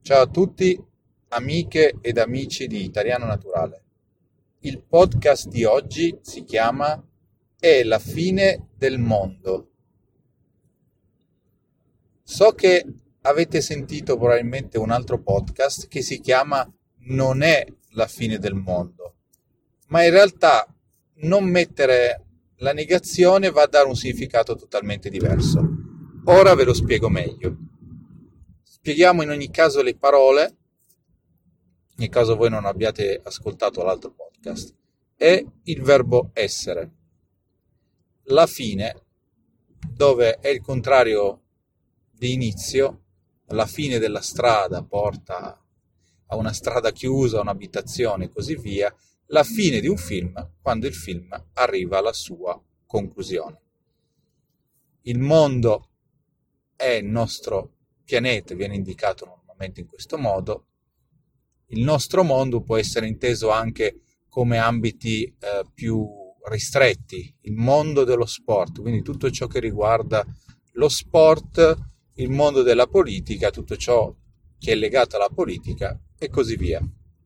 Ciao a tutti, amiche ed amici di Italiano Naturale. Il podcast di oggi si chiama È la fine del mondo. So che avete sentito probabilmente un altro podcast che si chiama Non è la fine del mondo, ma in realtà non mettere la negazione va a dare un significato totalmente diverso. Ora ve lo spiego meglio. Spieghiamo in ogni caso le parole, nel caso voi non abbiate ascoltato l'altro podcast. È il verbo essere. La fine, dove è il contrario di inizio, la fine della strada porta a una strada chiusa, a un'abitazione e così via, la fine di un film quando il film arriva alla sua conclusione. Il mondo è il nostro pianeta, viene indicato normalmente in questo modo. Il nostro mondo può essere inteso anche come ambiti più ristretti, il mondo dello sport, quindi tutto ciò che riguarda lo sport, il mondo della politica, tutto ciò che è legato alla politica e così via.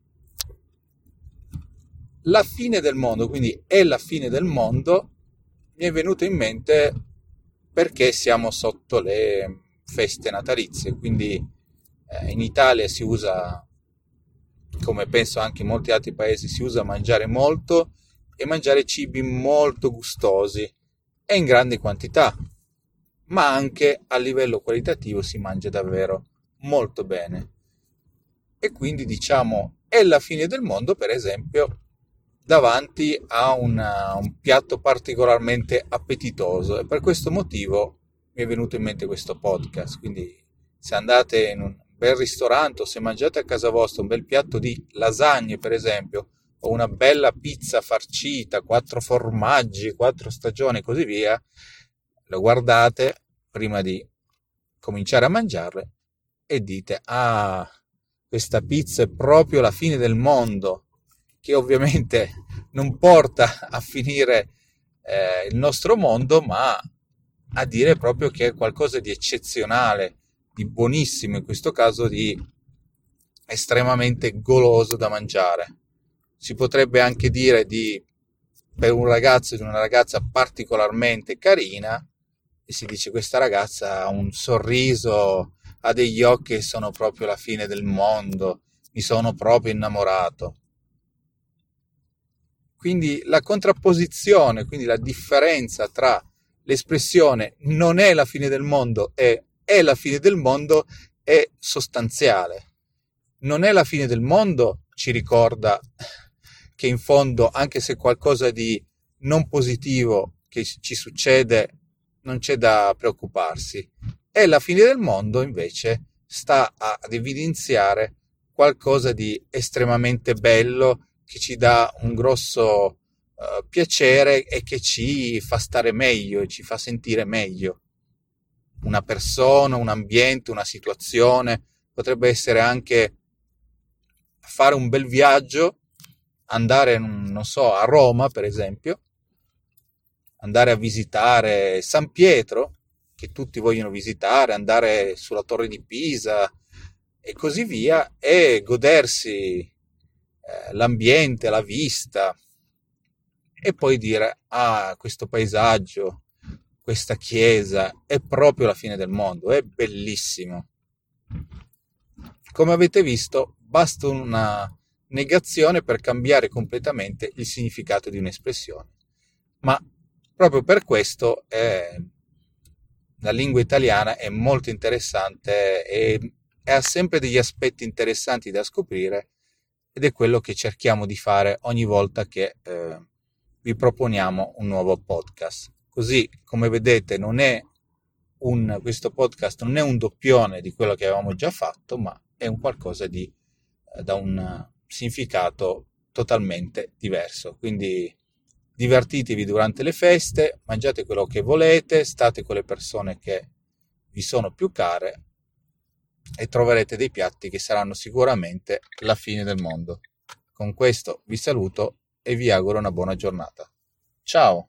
La fine del mondo, quindi è la fine del mondo, mi è venuto in mente perché siamo sotto le feste natalizie, quindi in Italia si usa, come penso anche in molti altri paesi, si usa mangiare molto e mangiare cibi molto gustosi e in grandi quantità, ma anche a livello qualitativo si mangia davvero molto bene. E quindi diciamo è la fine del mondo, per esempio, davanti a un piatto particolarmente appetitoso, e per questo motivo mi è venuto in mente questo podcast. Quindi se andate in un bel ristorante o se mangiate a casa vostra un bel piatto di lasagne, per esempio, o una bella pizza farcita, 4 formaggi, 4 stagioni e così via, lo guardate prima di cominciare a mangiarle e dite: ah, questa pizza è proprio la fine del mondo, che ovviamente non porta a finire il nostro mondo, ma a dire proprio che è qualcosa di eccezionale, di buonissimo, in questo caso di estremamente goloso da mangiare. Si potrebbe anche dire per un ragazzo di una ragazza particolarmente carina, e si dice: questa ragazza ha un sorriso, ha degli occhi che sono proprio la fine del mondo, mi sono proprio innamorato. Quindi la contrapposizione, quindi la differenza tra l'espressione non è la fine del mondo e è la fine del mondo è sostanziale. Non è la fine del mondo ci ricorda che in fondo, anche se qualcosa di non positivo che ci succede, non c'è da preoccuparsi. È la fine del mondo invece sta ad evidenziare qualcosa di estremamente bello, che ci dà un grosso piacere e che ci fa stare meglio e ci fa sentire meglio. Una persona, un ambiente, una situazione, potrebbe essere anche fare un bel viaggio, andare, non so, a Roma per esempio, andare a visitare San Pietro, che tutti vogliono visitare, andare sulla Torre di Pisa e così via, e godersi l'ambiente, la vista, e poi dire: ah, questo paesaggio, questa chiesa è proprio la fine del mondo, è bellissimo. Come avete visto, basta una negazione per cambiare completamente il significato di un'espressione, ma proprio per questo la lingua italiana è molto interessante e ha sempre degli aspetti interessanti da scoprire, ed è quello che cerchiamo di fare ogni volta che vi proponiamo un nuovo podcast. Così, come vedete, questo podcast non è un doppione di quello che avevamo già fatto, ma è un qualcosa da un significato totalmente diverso. Quindi divertitevi durante le feste, mangiate quello che volete, state con le persone che vi sono più care e troverete dei piatti che saranno sicuramente la fine del mondo. Con questo vi saluto e vi auguro una buona giornata. Ciao!